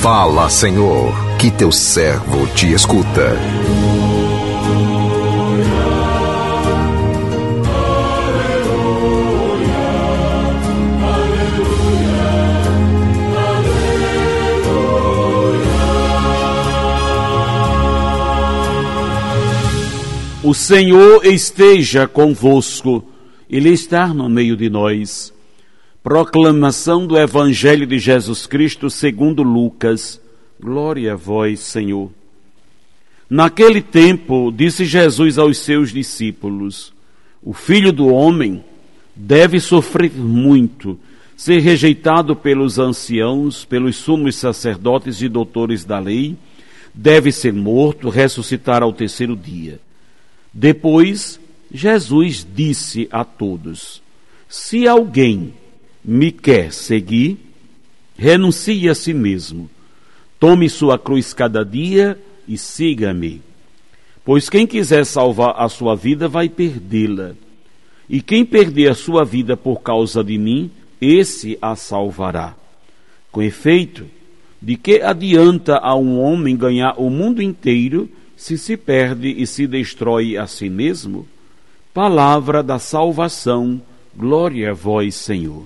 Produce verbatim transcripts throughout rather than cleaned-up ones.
Fala, Senhor, que teu servo te escuta. O Senhor esteja convosco, Ele está no meio de nós. Proclamação do Evangelho de Jesus Cristo segundo Lucas. Glória a vós, Senhor. Naquele tempo, disse Jesus aos seus discípulos: o Filho do Homem deve sofrer muito, ser rejeitado pelos anciãos, pelos sumos sacerdotes e doutores da lei, deve ser morto, ressuscitar ao terceiro dia. Depois, Jesus disse a todos: se alguém me quer seguir, renuncie a si mesmo, tome sua cruz cada dia e siga-me. Pois quem quiser salvar a sua vida vai perdê-la, e quem perder a sua vida por causa de mim, esse a salvará. Com efeito, de que adianta a um homem ganhar o mundo inteiro se se perde e se destrói a si mesmo? Palavra da salvação, glória a vós, Senhor.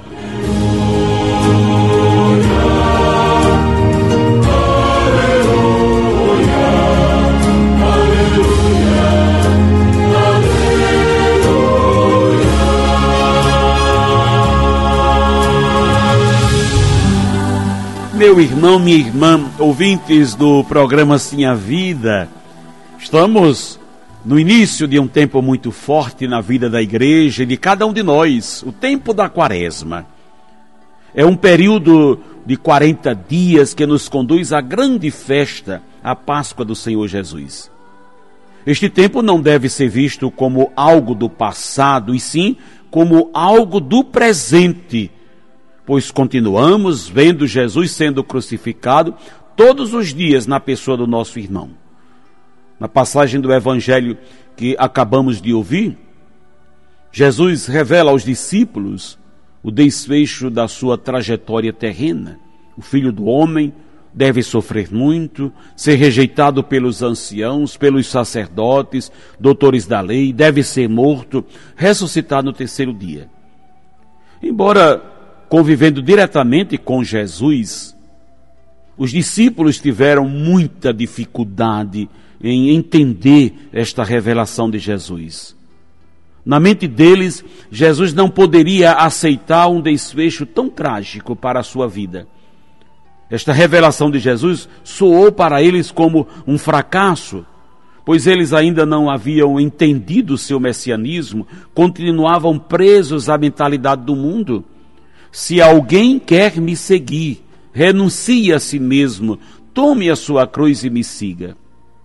Meu irmão, minha irmã, ouvintes do programa Sim a Vida, estamos no início de um tempo muito forte na vida da igreja e de cada um de nós, o tempo da Quaresma. É um período de quarenta dias que nos conduz à grande festa, a Páscoa do Senhor Jesus. Este tempo não deve ser visto como algo do passado, e sim como algo do presente, pois continuamos vendo Jesus sendo crucificado todos os dias na pessoa do nosso irmão. Na passagem do Evangelho que acabamos de ouvir, Jesus revela aos discípulos o desfecho da sua trajetória terrena. O Filho do Homem deve sofrer muito, ser rejeitado pelos anciãos, pelos sacerdotes, doutores da lei, deve ser morto, ressuscitar no terceiro dia. Embora convivendo diretamente com Jesus, os discípulos tiveram muita dificuldade em entender esta revelação de Jesus. Na mente deles, Jesus não poderia aceitar um desfecho tão trágico para a sua vida. Esta revelação de Jesus soou para eles como um fracasso, pois eles ainda não haviam entendido o seu messianismo, continuavam presos à mentalidade do mundo. Se alguém quer me seguir, renuncie a si mesmo, tome a sua cruz e me siga.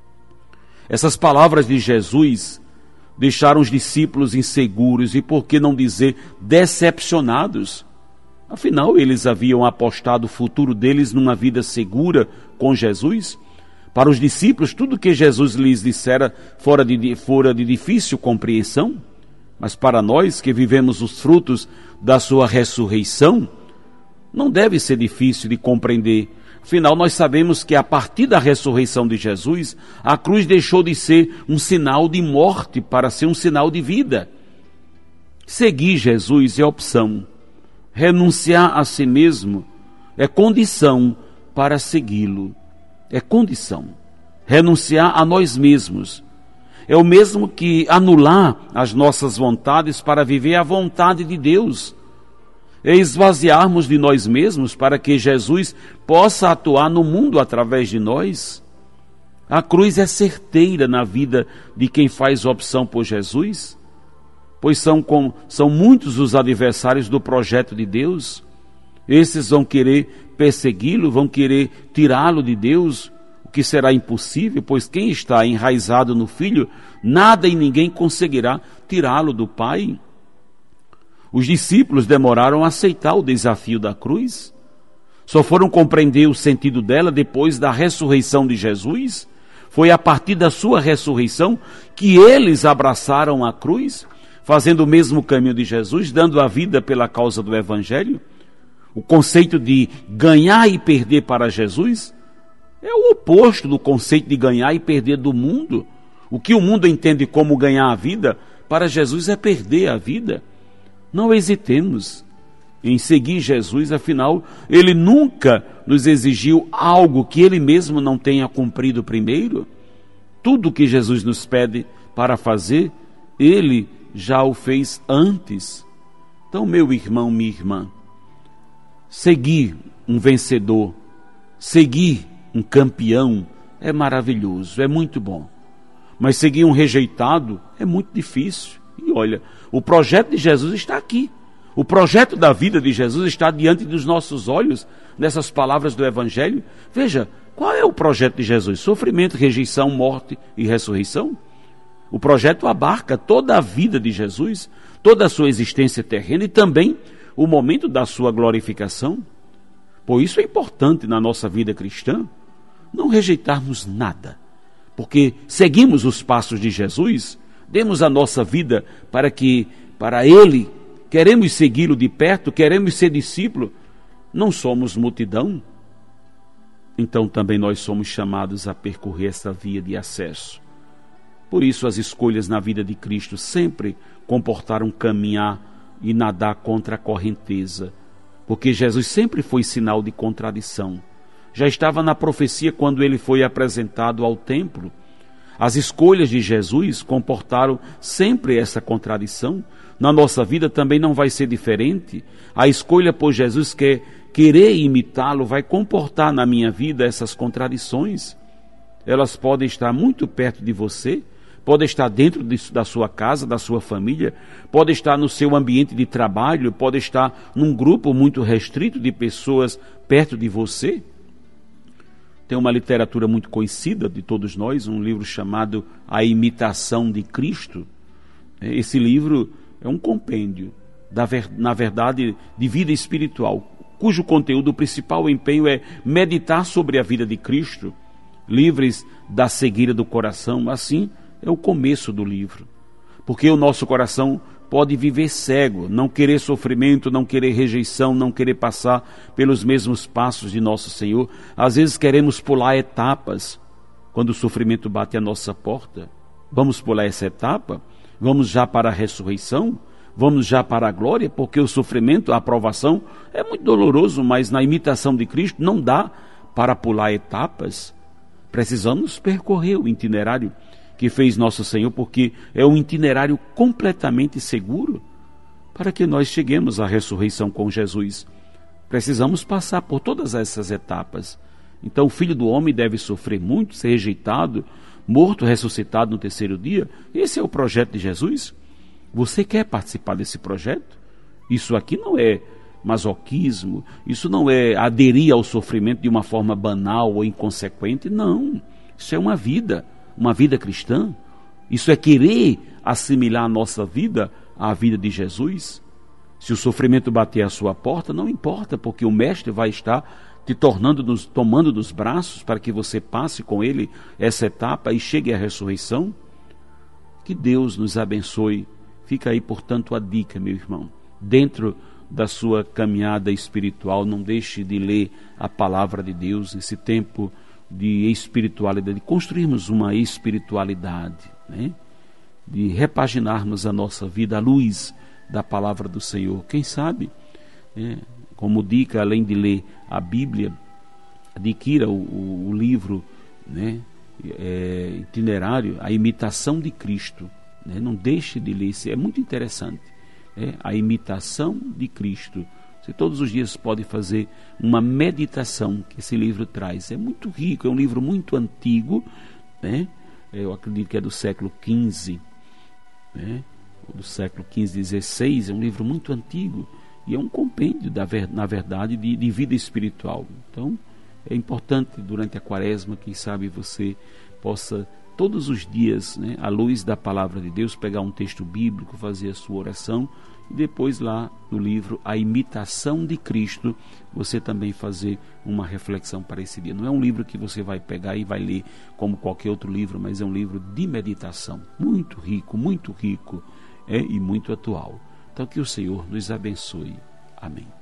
Essas palavras de Jesus deixaram os discípulos inseguros e, por que não dizer, decepcionados. Afinal, eles haviam apostado o futuro deles numa vida segura com Jesus. Para os discípulos, tudo que Jesus lhes dissera fora de, fora de difícil compreensão. Mas para nós que vivemos os frutos da sua ressurreição, não deve ser difícil de compreender. Afinal, nós sabemos que a partir da ressurreição de Jesus, a cruz deixou de ser um sinal de morte para ser um sinal de vida. Seguir Jesus é opção. Renunciar a si mesmo é condição para segui-lo. É condição. Renunciar a nós mesmos é o mesmo que anular as nossas vontades para viver a vontade de Deus. É esvaziarmos de nós mesmos para que Jesus possa atuar no mundo através de nós. A cruz é certeira na vida de quem faz opção por Jesus, pois são, com, são muitos os adversários do projeto de Deus. Esses vão querer persegui-lo, vão querer tirá-lo de Deus, o que será impossível, pois quem está enraizado no Filho, nada e ninguém conseguirá tirá-lo do Pai. Os discípulos demoraram a aceitar o desafio da cruz, só foram compreender o sentido dela depois da ressurreição de Jesus. Foi a partir da sua ressurreição que eles abraçaram a cruz, fazendo o mesmo caminho de Jesus, dando a vida pela causa do Evangelho. O conceito de ganhar e perder para Jesus é o oposto do conceito de ganhar e perder do mundo. O que o mundo entende como ganhar a vida, para Jesus é perder a vida. Não hesitemos em seguir Jesus, afinal, Ele nunca nos exigiu algo que Ele mesmo não tenha cumprido primeiro. Tudo que Jesus nos pede para fazer, Ele já o fez antes. Então, meu irmão, minha irmã, seguir um vencedor, seguir um campeão é maravilhoso, é muito bom. Mas seguir um rejeitado é muito difícil. E olha, o projeto de Jesus está aqui. O projeto da vida de Jesus está diante dos nossos olhos, nessas palavras do Evangelho. Veja, qual é o projeto de Jesus? Sofrimento, rejeição, morte e ressurreição. O projeto abarca toda a vida de Jesus, toda a sua existência terrena e também o momento da sua glorificação. Por isso é importante na nossa vida cristã não rejeitarmos nada, porque seguimos os passos de Jesus, demos a nossa vida para que, para Ele, queremos segui-lo de perto, queremos ser discípulo, não somos multidão. Então também nós somos chamados a percorrer essa via de acesso. Por isso as escolhas na vida de Cristo sempre comportaram caminhar e nadar contra a correnteza, porque Jesus sempre foi sinal de contradição. Já estava na profecia quando ele foi apresentado ao templo. As escolhas de Jesus comportaram sempre essa contradição. Na nossa vida também não vai ser diferente. A escolha por Jesus, que é querer imitá-lo, vai comportar na minha vida essas contradições. Elas podem estar muito perto de você, podem estar dentro de, da sua casa, da sua família, podem estar no seu ambiente de trabalho, podem estar num grupo muito restrito de pessoas perto de você. Tem uma literatura muito conhecida de todos nós, um livro chamado A Imitação de Cristo. Esse livro é um compêndio, da ver, na verdade, de vida espiritual, cujo conteúdo principal, o empenho é meditar sobre a vida de Cristo, livres da cegueira do coração. Assim é o começo do livro, porque o nosso coração pode viver cego, não querer sofrimento, não querer rejeição, não querer passar pelos mesmos passos de nosso Senhor. Às vezes queremos pular etapas quando o sofrimento bate à nossa porta. Vamos pular essa etapa? Vamos já para a ressurreição? Vamos já para a glória? Porque o sofrimento, a aprovação é muito doloroso, mas na imitação de Cristo não dá para pular etapas. Precisamos percorrer o itinerário que fez nosso Senhor, porque é um itinerário completamente seguro para que nós cheguemos à ressurreição com Jesus. Precisamos passar por todas essas etapas. Então o Filho do Homem deve sofrer muito, ser rejeitado, morto, ressuscitado no terceiro dia. Esse é o projeto de Jesus. Você quer participar desse projeto? Isso aqui não é masoquismo, isso não é aderir ao sofrimento de uma forma banal ou inconsequente, não. Isso é uma vida. Uma vida cristã. Isso é querer assimilar a nossa vida à vida de Jesus. Se o sofrimento bater à sua porta, não importa, porque o Mestre vai estar te tornando, nos, tomando dos braços para que você passe com Ele essa etapa e chegue à ressurreição. Que Deus nos abençoe. Fica aí, portanto, a dica, meu irmão. Dentro da sua caminhada espiritual, não deixe de ler a palavra de Deus nesse tempo de espiritualidade, de construirmos uma espiritualidade, né? De repaginarmos a nossa vida à luz da palavra do Senhor. Quem sabe, né? Como dica, além de ler a Bíblia, adquira o, o, o livro, né? é, itinerário, A Imitação de Cristo, né? Não deixe de ler, isso é muito interessante, é? A Imitação de Cristo. Você todos os dias pode fazer uma meditação que esse livro traz. É muito rico, é um livro muito antigo, né? Eu acredito que é do século quinze, né? Ou do século quinze, dezesseis, é um livro muito antigo e é um compêndio, da, na verdade, de, de vida espiritual. Então, é importante durante a quaresma, quem sabe você possa todos os dias, né, à luz da palavra de Deus, pegar um texto bíblico, fazer a sua oração e depois lá no livro A Imitação de Cristo, você também fazer uma reflexão para esse dia. Não é um livro que você vai pegar e vai ler como qualquer outro livro, mas é um livro de meditação, muito rico, muito rico, é, e muito atual. Então que o Senhor nos abençoe. Amém.